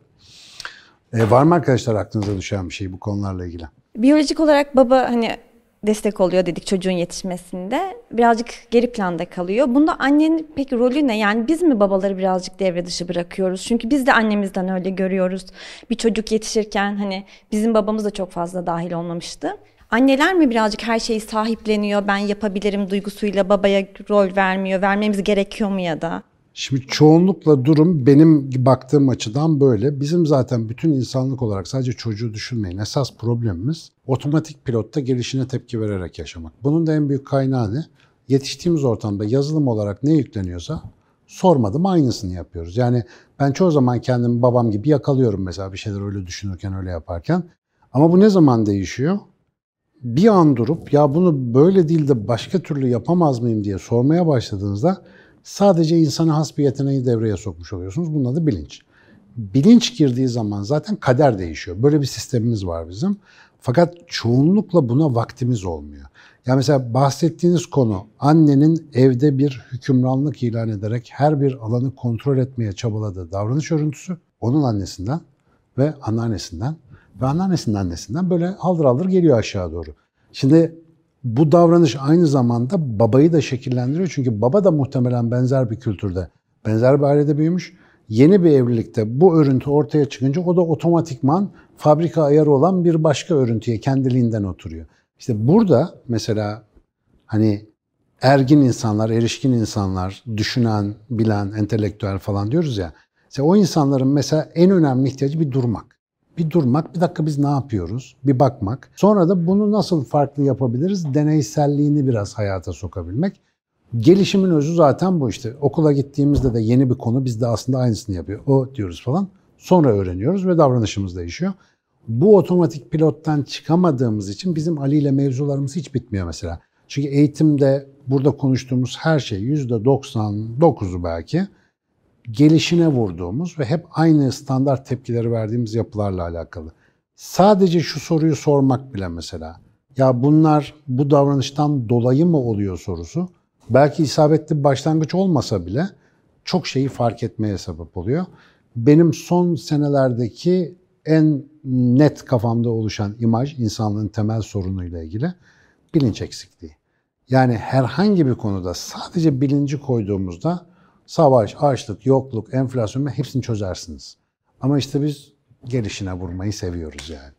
Ee, var mı arkadaşlar aklınıza düşen bir şey bu konularla ilgili? Biyolojik olarak baba hani destek oluyor dedik çocuğun yetişmesinde. Birazcık geri planda kalıyor. Bunda annenin peki rolü ne? Yani biz mi babaları birazcık devre dışı bırakıyoruz? Çünkü biz de annemizden öyle görüyoruz. Bir çocuk yetişirken hani bizim babamız da çok fazla dahil olmamıştı. Anneler mi birazcık her şeyi sahipleniyor, ben yapabilirim duygusuyla babaya rol vermiyor, vermemiz gerekiyor mu ya da? Şimdi çoğunlukla durum benim baktığım açıdan böyle. Bizim zaten bütün insanlık olarak sadece çocuğu düşünmeyin. Esas problemimiz otomatik pilotta gelişine tepki vererek yaşamak. Bunun da en büyük kaynağı ne? Yetiştiğimiz ortamda yazılım olarak ne yükleniyorsa sormadım aynısını yapıyoruz. Yani ben çoğu zaman kendimi babam gibi yakalıyorum mesela bir şeyler öyle düşünürken, öyle yaparken. Ama bu ne zaman değişiyor? Bir an durup ya bunu böyle değil de başka türlü yapamaz mıyım diye sormaya başladığınızda sadece insana has bir yeteneği devreye sokmuş oluyorsunuz. Bunun adı bilinç. bilinç girdiği zaman zaten kader değişiyor. Böyle bir sistemimiz var bizim. Fakat çoğunlukla buna vaktimiz olmuyor. Ya mesela bahsettiğiniz konu annenin evde bir hükümranlık ilan ederek her bir alanı kontrol etmeye çabaladığı davranış örüntüsü onun annesinden ve anneannesinden ve anneannesinin annesinden böyle haldır haldır geliyor aşağı doğru. Şimdi bu davranış aynı zamanda babayı da şekillendiriyor. Çünkü baba da muhtemelen benzer bir kültürde, benzer bir ailede büyümüş. Yeni bir evlilikte bu örüntü ortaya çıkınca o da otomatikman fabrika ayarı olan bir başka örüntüye kendiliğinden oturuyor. İşte burada mesela hani ergin insanlar, erişkin insanlar, düşünen, bilen, entelektüel falan diyoruz ya. İşte o insanların mesela en önemli ihtiyacı bir durmak. Bir durmak, bir dakika biz ne yapıyoruz? Bir bakmak. Sonra da bunu nasıl farklı yapabiliriz? Deneyselliğini biraz hayata sokabilmek. Gelişimin özü zaten bu işte. Okula gittiğimizde de yeni bir konu biz de aslında aynısını yapıyor. O diyoruz falan. Sonra öğreniyoruz ve davranışımız değişiyor. Bu otomatik pilottan çıkamadığımız için bizim Ali ile mevzularımız hiç bitmiyor mesela. Çünkü eğitimde burada konuştuğumuz her şey yüzde doksan dokuzu belki gelişine vurduğumuz ve hep aynı standart tepkileri verdiğimiz yapılarla alakalı. Sadece şu soruyu sormak bile mesela. Ya bunlar bu davranıştan dolayı mı oluyor sorusu. Belki isabetli bir başlangıç olmasa bile çok şeyi fark etmeye sebep oluyor. Benim son senelerdeki en net kafamda oluşan imaj insanlığın temel sorunuyla ilgili bilinç eksikliği. Yani herhangi bir konuda sadece bilinci koyduğumuzda savaş, açlık, yokluk, enflasyon hepsini çözersiniz. Ama işte biz gelişine vurmayı seviyoruz yani.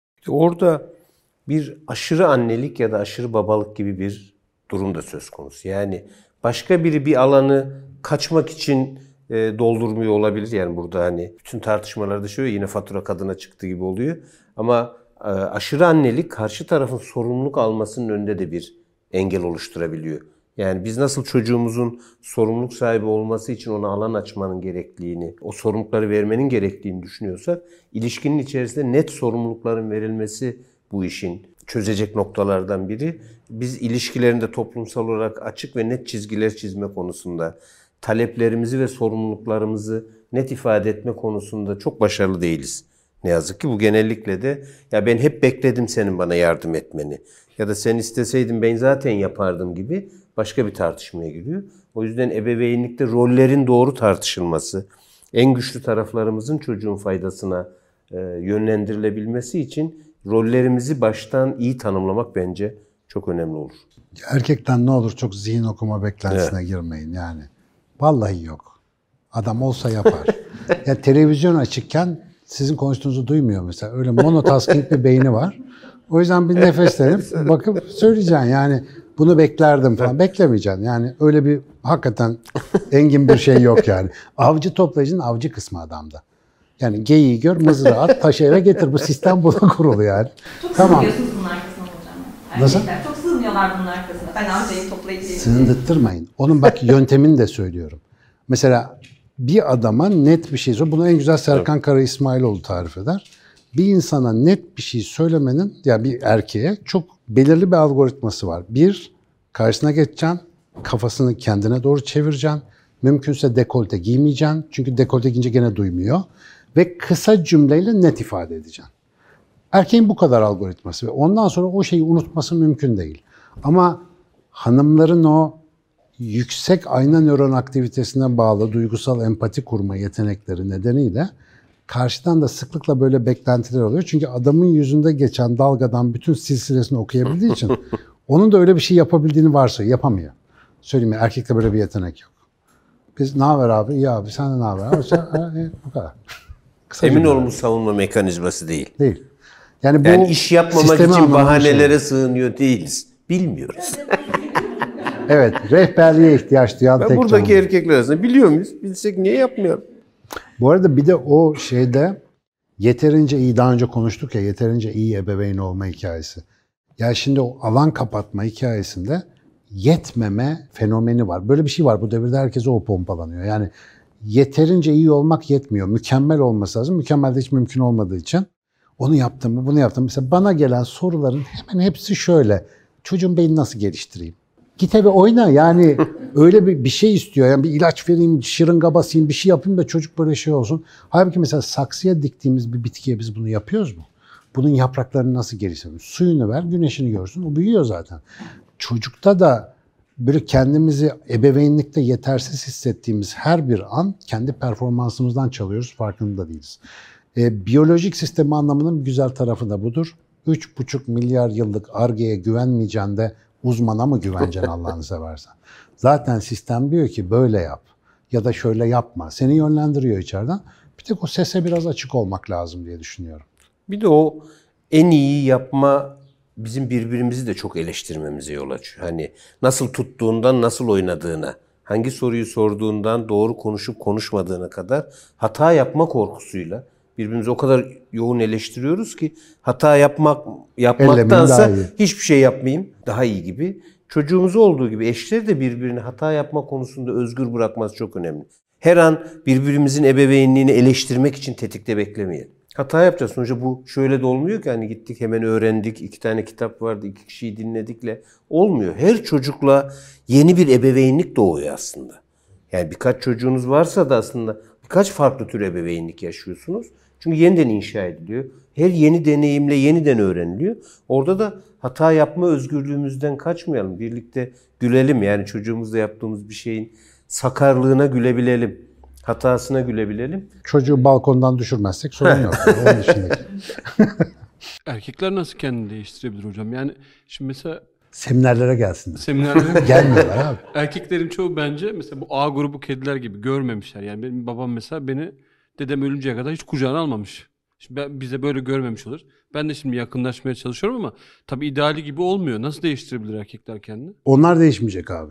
Orada bir aşırı annelik ya da aşırı babalık gibi bir durum da söz konusu. Yani başka biri bir alanı kaçmak için e, doldurmuyor olabilir. Yani burada hani bütün tartışmalarda şöyle yine fatura kadına çıktı gibi oluyor. Ama e, aşırı annelik karşı tarafın sorumluluk almasının önünde de bir engel oluşturabiliyor. Yani biz nasıl çocuğumuzun sorumluluk sahibi olması için ona alan açmanın gerekliliğini, o sorumlulukları vermenin gerektiğini düşünüyorsak, ilişkinin içerisinde net sorumlulukların verilmesi bu işin çözecek noktalardan biri. Biz ilişkilerinde toplumsal olarak açık ve net çizgiler çizme konusunda, taleplerimizi ve sorumluluklarımızı net ifade etme konusunda çok başarılı değiliz. Ne yazık ki bu genellikle de ya ben hep bekledim senin bana yardım etmeni ya da sen isteseydin ben zaten yapardım gibi başka bir tartışmaya giriyor. O yüzden ebeveynlikte rollerin doğru tartışılması, en güçlü taraflarımızın çocuğun faydasına e, yönlendirilebilmesi için rollerimizi baştan iyi tanımlamak bence çok önemli olur. Erkekten ne olur çok zihin okuma beklentisine evet. girmeyin yani. Vallahi yok. Adam olsa yapar. Ya televizyon açıkken sizin konuştuğunuzu duymuyor mesela. Öyle monotasking bir beyni var. O yüzden bir nefeslenip bakıp söyleyeceksin yani bunu beklerdim falan. Beklemeyeceksin yani öyle bir hakikaten engin bir şey yok yani. Avcı toplayıcının avcı kısmı adamda. Yani geyiği gör, mızrağı at, taşı eve getir. Bu sistem buna kurulu yani. Çok tamam. sığınıyorsunuz bunun arkasına hocam. Nasıl? Erkekler çok sığınıyorlar bunun arkasına. Ben avcıyı toplayıcıyım. Sığındırtmayın. Onun bak yöntemini de söylüyorum. Mesela bir adama net bir şey söyle. Bunu en güzel Serkan Kara İsmailoğlu tarif eder. Bir insana net bir şey söylemenin, yani bir erkeğe çok belirli bir algoritması var. Bir, karşısına geçeceksin, kafasını kendine doğru çevireceksin. Mümkünse dekolte giymeyeceksin. Çünkü dekolte giyince gene duymuyor. Ve kısa cümleyle net ifade edeceksin. Erkeğin bu kadar algoritması ve ondan sonra o şeyi unutması mümkün değil. Ama hanımların o yüksek ayna nöron aktivitesine bağlı duygusal empati kurma yetenekleri nedeniyle karşıdan da sıklıkla böyle beklentiler oluyor. Çünkü adamın yüzünde geçen dalgadan bütün silsilesini okuyabildiği için onun da öyle bir şey yapabildiğini varsayıyor. Yapamıyor. Söyleyeyim ya, erkekte böyle bir yetenek yok. Biz ne haber abi? İyi abi. Sen de ne haber abi? Sen, e, bu kadar. Kısaca emin olmuş savunma mekanizması değil. Değil. Yani, bu yani iş yapmamak için bahanelere şey. sığınıyor değiliz. Bilmiyoruz. Evet. Rehberliğe ihtiyaç duyan ben tek buradaki canlı. erkekler arasında biliyor muyuz? Bilsek niye yapmıyor? Bu arada bir de o şeyde yeterince iyi, daha önce konuştuk ya, yeterince iyi ebeveyn olma hikayesi. Ya şimdi o alan kapatma hikayesinde yetmeme fenomeni var. Böyle bir şey var. Bu devirde herkese o pompalanıyor. Yani yeterince iyi olmak yetmiyor. Mükemmel olması lazım. Mükemmel de hiç mümkün olmadığı için onu yaptım mı, bunu yaptım. Mesela bana gelen soruların hemen hepsi şöyle. Çocuğun beynini nasıl geliştireyim? Git eve oyna yani öyle bir, bir şey istiyor. Yani bir ilaç vereyim, şırınga basayım, bir şey yapayım da çocuk böyle şey olsun. Halbuki mesela saksıya diktiğimiz bir bitkiye biz bunu yapıyoruz mu? Bunun yapraklarını nasıl geliştirelim? Suyunu ver, güneşini görsün. O büyüyor zaten. Çocukta da böyle kendimizi ebeveynlikte yetersiz hissettiğimiz her bir an kendi performansımızdan çalıyoruz, farkında değiliz. E, biyolojik sistemi anlamının güzel tarafı da budur. üç buçuk milyar yıllık Ar-Ge'ye güvenmeyeceksin de uzmana mı güveneceksin Allah'ını seversen? Zaten sistem diyor ki böyle yap ya da şöyle yapma. Seni yönlendiriyor içeriden. Bir tek o sese biraz açık olmak lazım diye düşünüyorum. Bir de o en iyi yapma bizim birbirimizi de çok eleştirmemize yol açıyor. Hani nasıl tuttuğundan nasıl oynadığına, hangi soruyu sorduğundan doğru konuşup konuşmadığına kadar hata yapma korkusuyla birbirimizi o kadar yoğun eleştiriyoruz ki hata yapmak yapmaktansa hiçbir şey yapmayayım daha iyi gibi. Çocuğumuz olduğu gibi eşleri de birbirini hata yapma konusunda özgür bırakması çok önemli. Her an birbirimizin ebeveynliğini eleştirmek için tetikte beklemeyelim. Hata yapacağız. Sonuçta bu şöyle de olmuyor ki hani gittik hemen öğrendik, iki tane kitap vardı, iki kişiyi dinledikle olmuyor. Her çocukla yeni bir ebeveynlik doğuyor aslında. Yani birkaç çocuğunuz varsa da aslında birkaç farklı tür ebeveynlik yaşıyorsunuz. Çünkü yeniden inşa ediliyor. Her yeni deneyimle yeniden öğreniliyor. Orada da hata yapma özgürlüğümüzden kaçmayalım. Birlikte gülelim. Yani çocuğumuzla yaptığımız bir şeyin sakarlığına gülebilelim. Hatasına gülebilelim. Çocuğu balkondan düşürmezsek sorun yok. Onun dışındaki. Erkekler nasıl kendini değiştirebilir hocam? Yani şimdi mesela seminerlere gelsinler. Seminerlere gelmiyorlar abi. Erkeklerin çoğu bence mesela bu A grubu kediler gibi görmemişler. Yani benim babam mesela beni dedem ölünceye kadar hiç kucağına almamış. Şimdi ben, bize böyle görmemiş olur. Ben de şimdi yakınlaşmaya çalışıyorum ama tabii ideali gibi olmuyor. Nasıl değiştirebilir erkekler kendini? Onlar değişmeyecek abi.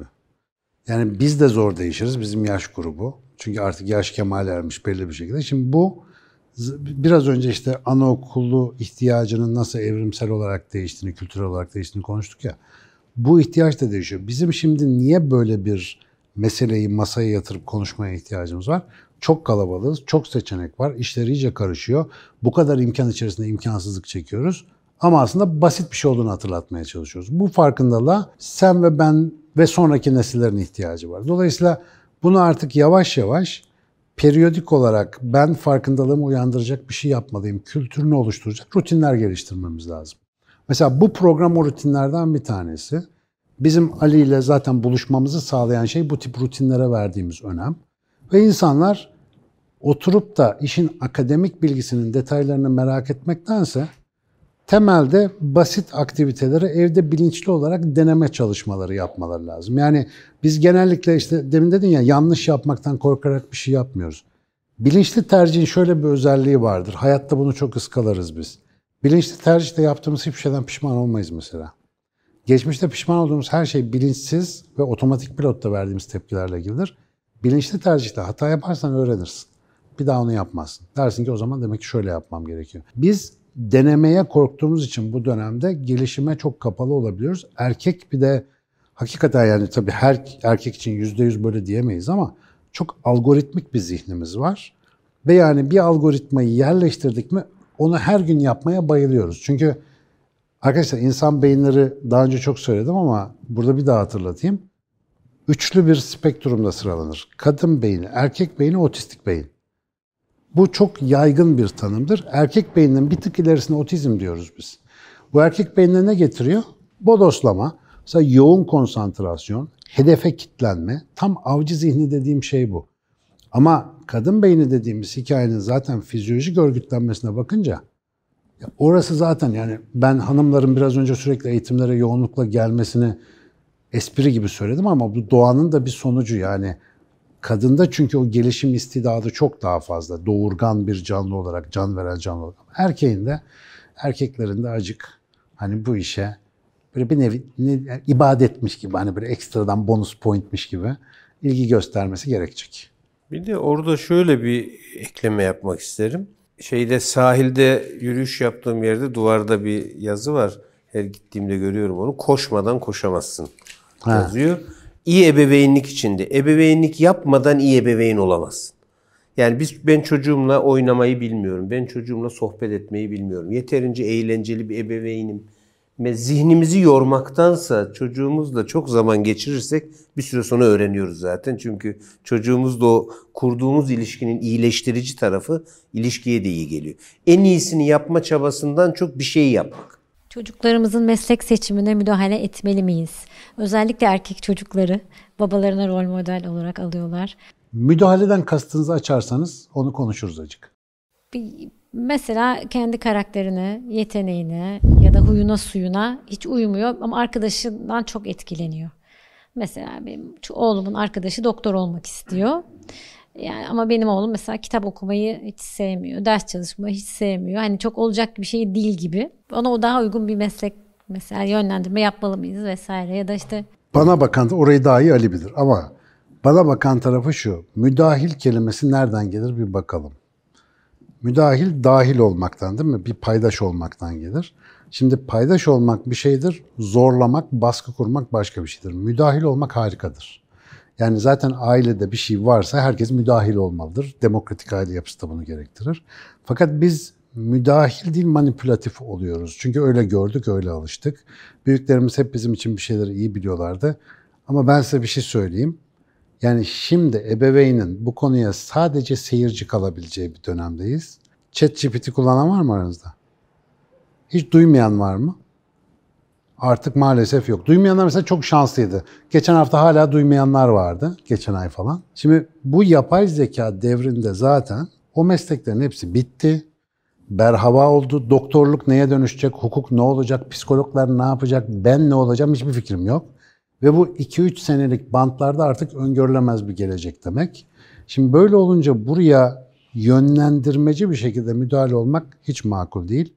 Yani biz de zor değişiriz, bizim yaş grubu. Çünkü artık yaş kemale ermiş belli bir şekilde. Şimdi bu biraz önce işte anaokulu ihtiyacının nasıl evrimsel olarak değiştiğini, kültürel olarak değiştiğini konuştuk ya. Bu ihtiyaç da değişiyor. Bizim şimdi niye böyle bir meseleyi masaya yatırıp konuşmaya ihtiyacımız var? Çok kalabalığız, çok seçenek var, işler iyice karışıyor. Bu kadar imkan içerisinde imkansızlık çekiyoruz. Ama aslında basit bir şey olduğunu hatırlatmaya çalışıyoruz. Bu farkındalığa sen ve ben ve sonraki nesillerin ihtiyacı var. Dolayısıyla bunu artık yavaş yavaş periyodik olarak ben farkındalığımı uyandıracak bir şey yapmalıyım, kültürünü oluşturacak rutinler geliştirmemiz lazım. Mesela bu program o rutinlerden bir tanesi. Bizim Ali ile zaten buluşmamızı sağlayan şey bu tip rutinlere verdiğimiz önem. Ve insanlar oturup da işin akademik bilgisinin detaylarını merak etmektense temelde basit aktiviteleri evde bilinçli olarak deneme çalışmaları yapmaları lazım. Yani biz genellikle işte demin dedin ya yanlış yapmaktan korkarak bir şey yapmıyoruz. Bilinçli tercihin şöyle bir özelliği vardır. Hayatta bunu çok ıskalarız biz. Bilinçli tercihte yaptığımız hiçbir şeyden pişman olmayız mesela. Geçmişte pişman olduğumuz her şey bilinçsiz ve otomatik pilotta verdiğimiz tepkilerle ilgilidir. Bilinçli tercihte hata yaparsan öğrenirsin. Bir daha onu yapmazsın. Dersin ki o zaman demek ki şöyle yapmam gerekiyor. Biz denemeye korktuğumuz için bu dönemde gelişime çok kapalı olabiliyoruz. Erkek bir de hakikaten yani tabii her erkek için yüzde yüz böyle diyemeyiz ama çok algoritmik bir zihnimiz var. Ve yani bir algoritmayı yerleştirdik mi onu her gün yapmaya bayılıyoruz. Çünkü arkadaşlar insan beyinleri daha önce çok söyledim ama burada bir daha hatırlatayım. Üçlü bir spektrumda sıralanır. Kadın beyni, erkek beyni, otistik beyin. Bu çok yaygın bir tanımdır. Erkek beyninin bir tık ilerisine otizm diyoruz biz. Bu erkek beynine ne getiriyor? Bodoslama, mesela yoğun konsantrasyon, hedefe kitlenme, tam avcı zihni dediğim şey bu. Ama kadın beyni dediğimiz hikayenin zaten fizyolojik örgütlenmesine bakınca orası zaten yani ben hanımların biraz önce sürekli eğitimlere yoğunlukla gelmesini espri gibi söyledim ama bu doğanın da bir sonucu yani. Kadında çünkü o gelişim istidadı çok daha fazla. Doğurgan bir canlı olarak, can veren canlı olarak. Erkeğin de, erkeklerin de acık hani bu işe böyle bir nevi ne, ibadetmiş gibi hani böyle ekstradan bonus pointmiş gibi ilgi göstermesi gerekecek. Bir de orada şöyle bir ekleme yapmak isterim. Şeyde sahilde yürüyüş yaptığım yerde duvarda bir yazı var. Her gittiğimde görüyorum onu. Koşmadan koşamazsın yazıyor. Ha. İyi ebeveynlik içinde. Ebeveynlik yapmadan iyi ebeveyn olamazsın. Yani biz ben çocuğumla oynamayı bilmiyorum. Ben çocuğumla sohbet etmeyi bilmiyorum. Yeterince eğlenceli bir ebeveynim Ve zihnimizi yormaktansa çocuğumuzla çok zaman geçirirsek bir süre sonra öğreniyoruz zaten. Çünkü çocuğumuzla o kurduğumuz ilişkinin iyileştirici tarafı ilişkiye de iyi geliyor. En iyisini yapma çabasından çok bir şey yapmak. Çocuklarımızın meslek seçimine müdahale etmeli miyiz? Özellikle erkek çocukları babalarına rol model olarak alıyorlar. Müdahaleden kastınızı açarsanız onu konuşuruz azıcık. Bir, mesela kendi karakterine, yeteneğine ya da huyuna suyuna hiç uymuyor ama arkadaşından çok etkileniyor. Mesela benim oğlumun arkadaşı doktor olmak istiyor. Yani ama benim oğlum mesela kitap okumayı hiç sevmiyor, ders çalışmayı hiç sevmiyor. Hani çok olacak bir şey değil gibi. Ona o daha uygun bir meslek mesela yönlendirme yapmalı mıyız vesaire ya da işte. Bana bakan orayı daha iyi Ali bilir ama bana bakan tarafı şu. Müdahil kelimesi nereden gelir bir bakalım. Müdahil dahil olmaktan değil mi? Bir paydaş olmaktan gelir. Şimdi paydaş olmak bir şeydir, zorlamak, baskı kurmak başka bir şeydir. Müdahil olmak harikadır. Yani zaten ailede bir şey varsa herkes müdahil olmalıdır. Demokratik aile yapısı da bunu gerektirir. Fakat biz müdahil değil manipülatif oluyoruz. Çünkü öyle gördük, öyle alıştık. Büyüklerimiz hep bizim için bir şeyleri iyi biliyorlardı. Ama ben size bir şey söyleyeyim. Yani şimdi ebeveynin bu konuya sadece seyirci kalabileceği bir dönemdeyiz. ChatGPT kullanan var mı aranızda? Hiç duymayan var mı? Artık maalesef yok. Duymayanlar mesela çok şanslıydı. Geçen hafta hala duymayanlar vardı. Geçen ay falan. Şimdi bu yapay zeka devrinde zaten o mesleklerin hepsi bitti. Berhava oldu. Doktorluk neye dönüşecek? Hukuk ne olacak? Psikologlar ne yapacak? Ben ne olacağım? Hiçbir fikrim yok. Ve bu iki üç senelik bantlarda artık öngörülemez bir gelecek demek. Şimdi böyle olunca buraya yönlendirmeci bir şekilde müdahale olmak hiç makul değil.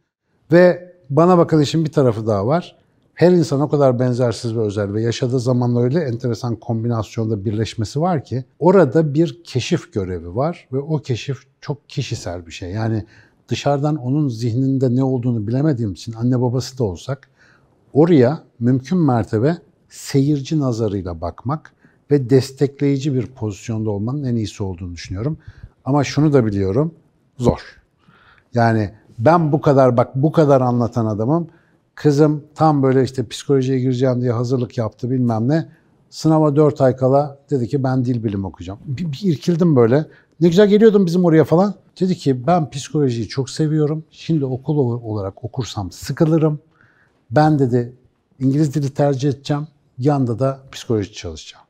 Ve bana bakın işin bir tarafı daha var. Her insan o kadar benzersiz ve özel ve yaşadığı zamanla öyle enteresan kombinasyonda birleşmesi var ki orada bir keşif görevi var ve o keşif çok kişisel bir şey. Yani dışarıdan onun zihninde ne olduğunu bilemediğim için anne babası da olsak oraya mümkün mertebe seyirci nazarıyla bakmak ve destekleyici bir pozisyonda olmanın en iyisi olduğunu düşünüyorum. Ama şunu da biliyorum, zor. Yani ben bu kadar bak bu kadar anlatan adamım. Kızım tam böyle işte psikolojiye gireceğim diye hazırlık yaptı bilmem ne. Sınava dört ay kala dedi ki ben dil bilimi okuyacağım. Bir, bir irkildim böyle. Ne güzel geliyordum bizim oraya falan. Dedi ki ben psikolojiyi çok seviyorum. Şimdi okul olarak okursam sıkılırım. Ben dedi İngiliz dili tercih edeceğim. Yanda da psikoloji çalışacağım.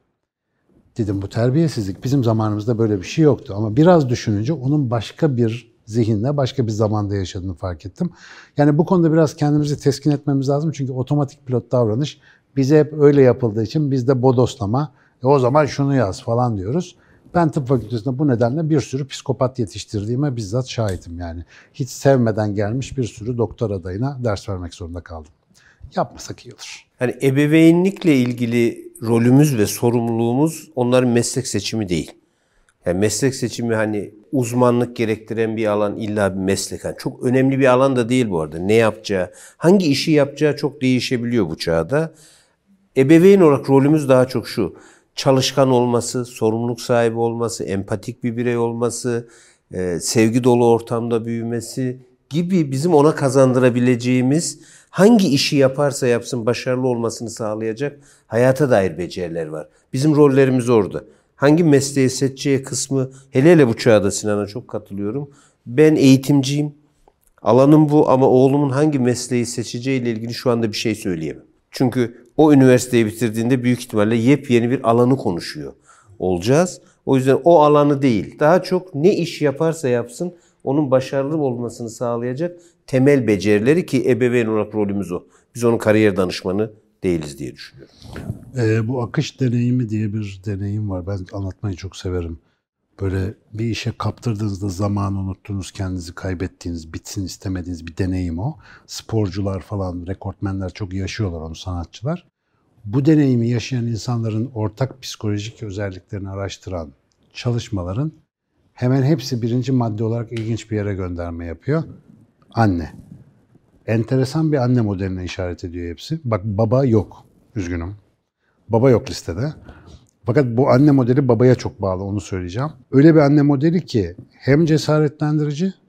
Dedim bu terbiyesizlik. Bizim zamanımızda böyle bir şey yoktu. Ama biraz düşününce onun başka bir zihinle, başka bir zamanda yaşadığını fark ettim. Yani bu konuda biraz kendimizi teskin etmemiz lazım. Çünkü otomatik pilot davranış bize hep öyle yapıldığı için biz de bodoslama, e o zaman şunu yaz falan diyoruz. Ben tıp fakültesinde bu nedenle bir sürü psikopat yetiştirdiğime bizzat şahitim yani. Hiç sevmeden gelmiş bir sürü doktor adayına ders vermek zorunda kaldım. Yapmasak iyi olur. Hani ebeveynlikle ilgili rolümüz ve sorumluluğumuz onların meslek seçimi değil. Yani meslek seçimi hani uzmanlık gerektiren bir alan illa bir meslek. Yani çok önemli bir alan da değil bu arada. Ne yapacağı, hangi işi yapacağı çok değişebiliyor bu çağda. Ebeveyn olarak rolümüz daha çok şu. Çalışkan olması, sorumluluk sahibi olması, empatik bir birey olması, e, sevgi dolu ortamda büyümesi gibi bizim ona kazandırabileceğimiz hangi işi yaparsa yapsın başarılı olmasını sağlayacak hayata dair beceriler var. Bizim rollerimiz orada. Hangi mesleği seçeceği kısmı hele hele bu çağda Sinan'a çok katılıyorum. Ben eğitimciyim. Alanım bu ama oğlumun hangi mesleği seçeceğiyle ilgili şu anda bir şey söyleyemem. Çünkü o üniversiteyi bitirdiğinde büyük ihtimalle yepyeni bir alanı konuşuyor olacağız. O yüzden o alanı değil, daha çok ne iş yaparsa yapsın onun başarılı olmasını sağlayacak temel becerileri ki ebeveyn olarak rolümüz o. Biz onun kariyer danışmanı değiliz diye düşünüyorum. Ee, bu akış deneyimi diye bir deneyim var. Ben anlatmayı çok severim. Böyle bir işe kaptırdığınızda zamanı unuttuğunuz, kendinizi kaybettiğiniz, bitsin istemediğiniz bir deneyim o. Sporcular falan, rekortmenler çok yaşıyorlar onu, sanatçılar. Bu deneyimi yaşayan insanların ortak psikolojik özelliklerini araştıran çalışmaların hemen hepsi birinci madde olarak ilginç bir yere gönderme yapıyor. Anne. Enteresan bir anne modeline işaret ediyor hepsi. Bak baba yok. Üzgünüm. Baba yok listede. Fakat bu anne modeli babaya çok bağlı, onu söyleyeceğim. Öyle bir anne modeli ki hem cesaretlendirici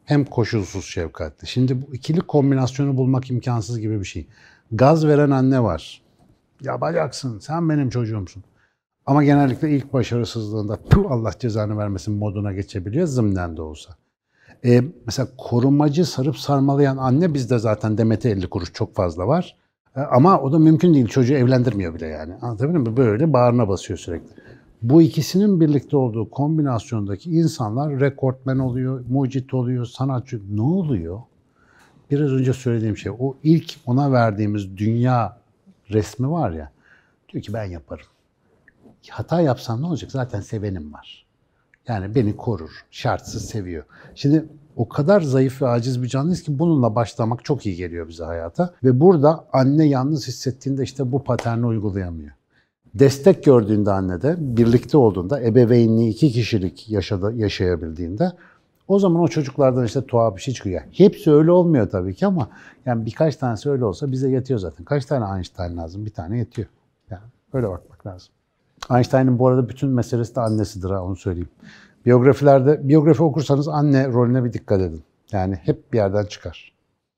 hem koşulsuz şefkatli. Şimdi bu ikili kombinasyonu bulmak imkansız gibi bir şey. Gaz veren anne var. Yapacaksın, sen benim çocuğumsun. Ama genellikle ilk başarısızlığında "Puh, Allah cezanı vermesin" moduna geçebiliyor, zımnen de olsa. Ee, mesela korumacı, sarıp sarmalayan anne bizde zaten Demet'e elli kuruş çok fazla var. Ee, ama o da mümkün değil, çocuğu evlendirmiyor bile yani. Anlatabildim mi? Böyle bağrına basıyor sürekli. Bu ikisinin birlikte olduğu kombinasyondaki insanlar rekortmen oluyor, mucit oluyor, sanatçı. Ne oluyor? Biraz önce söylediğim şey, o ilk ona verdiğimiz dünya resmi var ya, diyor ki ben yaparım. Hata yapsam ne olacak? Zaten sevenim var. Yani beni korur, şartsız seviyor. Şimdi o kadar zayıf ve aciz bir canlıyız ki bununla başlamak çok iyi geliyor bize hayata. Ve burada anne yalnız hissettiğinde işte bu paterni uygulayamıyor. Destek gördüğünde annede, birlikte olduğunda, ebeveynliği iki kişilik yaşadı, yaşayabildiğinde o zaman o çocuklardan işte tuhaf bir şey çıkıyor. Hepsi öyle olmuyor tabii ki ama yani birkaç tanesi öyle olsa bize yetiyor zaten. Kaç tane Einstein lazım? Bir tane yetiyor. Yani öyle bakmak lazım. Einstein'ın bu arada bütün meselesi de annesidir ha, onu söyleyeyim. Biyografilerde, biyografi okursanız anne rolüne bir dikkat edin. Yani hep bir yerden çıkar.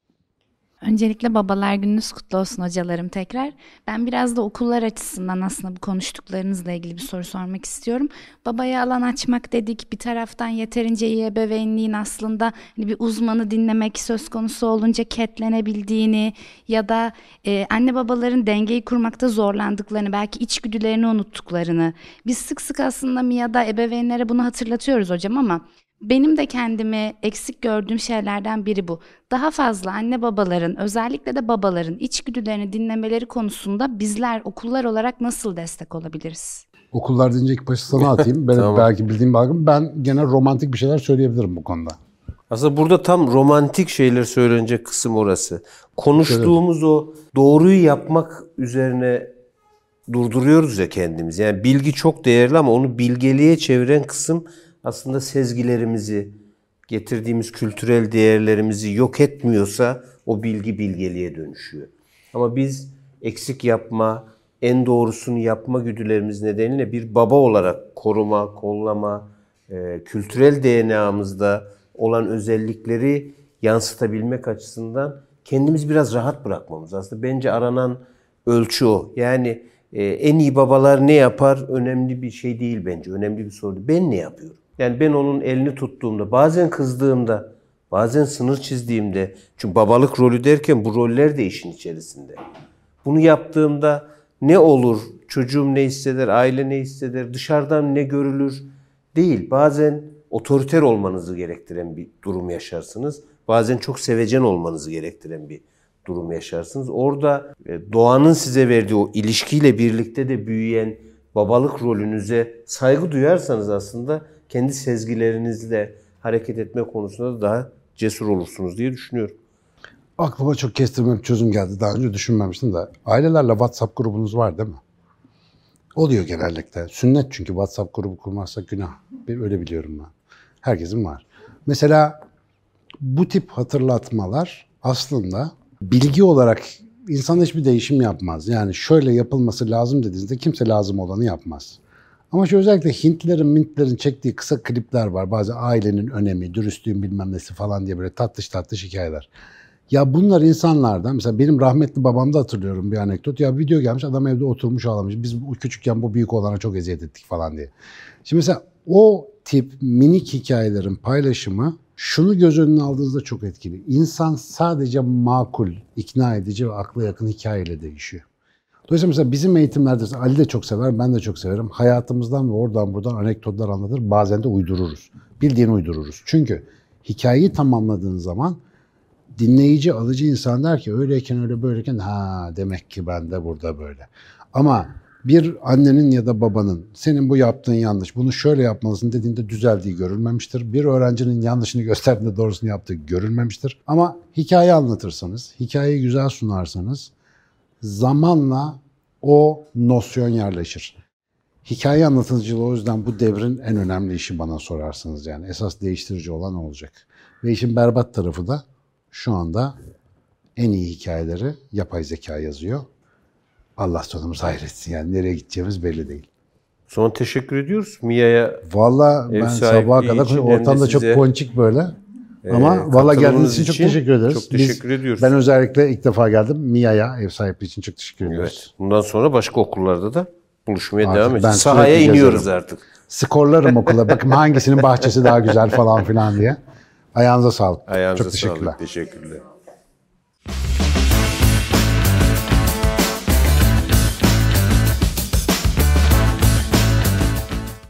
Öncelikle babalar gününüz kutlu olsun hocalarım tekrar. Ben biraz da okullar açısından aslında bu konuştuklarınızla ilgili bir soru sormak istiyorum. Babaya alan açmak dedik. Bir taraftan yeterince iyi ebeveynliğin aslında hani bir uzmanı dinlemek söz konusu olunca ketlenebildiğini ya da e, anne babaların dengeyi kurmakta zorlandıklarını, belki içgüdülerini unuttuklarını. Biz sık sık aslında Mia'da ebeveynlere bunu hatırlatıyoruz hocam ama benim de kendimi eksik gördüğüm şeylerden biri bu. Daha fazla anne babaların, özellikle de babaların içgüdülerini dinlemeleri konusunda bizler okullar olarak nasıl destek olabiliriz? Okullar deyince ilk başı sana atayım. Ben tamam. Belki bildiğim bakım ben gene romantik bir şeyler söyleyebilirim bu konuda. Aslında burada tam romantik şeyler söylenecek kısım orası. Konuştuğumuz evet. O doğruyu yapmak üzerine durduruyoruz ya kendimizi. Yani bilgi çok değerli ama onu bilgeliğe çeviren kısım aslında sezgilerimizi, getirdiğimiz kültürel değerlerimizi yok etmiyorsa o bilgi bilgeliğe dönüşüyor. Ama biz eksik yapma, en doğrusunu yapma güdülerimiz nedeniyle bir baba olarak koruma, kollama, e, kültürel D N A'mızda olan özellikleri yansıtabilmek açısından kendimizi biraz rahat bırakmamız. Aslında bence aranan ölçü o. Yani e, en iyi babalar ne yapar önemli bir şey değil bence. Önemli bir soru değil. Ben ne yapıyorum? Yani ben onun elini tuttuğumda, bazen kızdığımda, bazen sınır çizdiğimde, çünkü babalık rolü derken bu roller de işin içerisinde. Bunu yaptığımda ne olur, çocuğum ne hisseder, aile ne hisseder, dışarıdan ne görülür değil. Bazen otoriter olmanızı gerektiren bir durum yaşarsınız. Bazen çok sevecen olmanızı gerektiren bir durum yaşarsınız. Orada doğanın size verdiği o ilişkiyle birlikte de büyüyen babalık rolünüze saygı duyarsanız aslında kendi sezgilerinizle hareket etme konusunda da daha cesur olursunuz diye düşünüyorum. Aklıma çok kestirme bir çözüm geldi. Daha önce düşünmemiştim de. Ailelerle WhatsApp grubunuz var değil mi? Oluyor genellikle. Sünnet çünkü WhatsApp grubu kurmazsak günah. Öyle biliyorum ben. Herkesin var. Mesela bu tip hatırlatmalar aslında bilgi olarak insana hiçbir değişim yapmaz. Yani şöyle yapılması lazım dediğinizde kimse lazım olanı yapmaz. Ama şu özellikle Hintlerin, Mintlerin çektiği kısa klipler var. Bazı ailenin önemi, dürüstlüğün bilmem nesi falan diye böyle tatlış tatlış hikayeler. Ya bunlar insanlardan, mesela benim rahmetli babamda hatırlıyorum bir anekdot. Ya video gelmiş, adam evde oturmuş ağlamış. Biz küçükken bu büyük olana çok eziyet ettik falan diye. Şimdi mesela o tip minik hikayelerin paylaşımı şunu göz önüne aldığınızda çok etkili. İnsan sadece makul, ikna edici ve akla yakın hikayeyle değişiyor. Dolayısıyla mesela bizim eğitimlerde, Ali de çok sever, ben de çok severim. Hayatımızdan ve oradan buradan anekdotlar anlatır. Bazen de uydururuz. Bildiğini uydururuz. Çünkü hikayeyi tamamladığın zaman dinleyici, alıcı insan der ki öyleyken öyle böyleyken ha demek ki ben de burada böyle. Ama bir annenin ya da babanın senin bu yaptığın yanlış, bunu şöyle yapmalısın dediğinde düzeldiği görülmemiştir. Bir öğrencinin yanlışını gösterdiğinde doğrusunu yaptığı görülmemiştir. Ama hikaye anlatırsanız, hikayeyi güzel sunarsanız zamanla o nosyon yerleşir. Hikaye anlatıcılığı o yüzden bu devrin en önemli işi bana sorarsanız. Yani esas değiştirici olan olacak. Ve işin berbat tarafı da şu anda en iyi hikayeleri yapay zeka yazıyor. Allah sonumuz hayretsin. Yani nereye gideceğimiz belli değil. Sonra teşekkür ediyoruz Mia'ya. Valla ben sabaha kadar ortamda çok ponçik böyle. Ama Ee, valla geldiğiniz katılımınız için çok için teşekkür ederiz. çok teşekkür Biz, ediyoruz. Ben özellikle ilk defa geldim. Mia'ya, ev sahipliği için çok teşekkür ediyoruz. Evet. Bundan sonra başka okullarda da buluşmaya Artık devam ben edeceğiz. Sahaya sürekli iniyoruz gezerim. artık. Skorlarım okula. Bakın hangisinin bahçesi daha güzel falan filan diye. Ayağınıza sağlık. Ayağınıza çok teşekkürler. sağlık. Teşekkürler.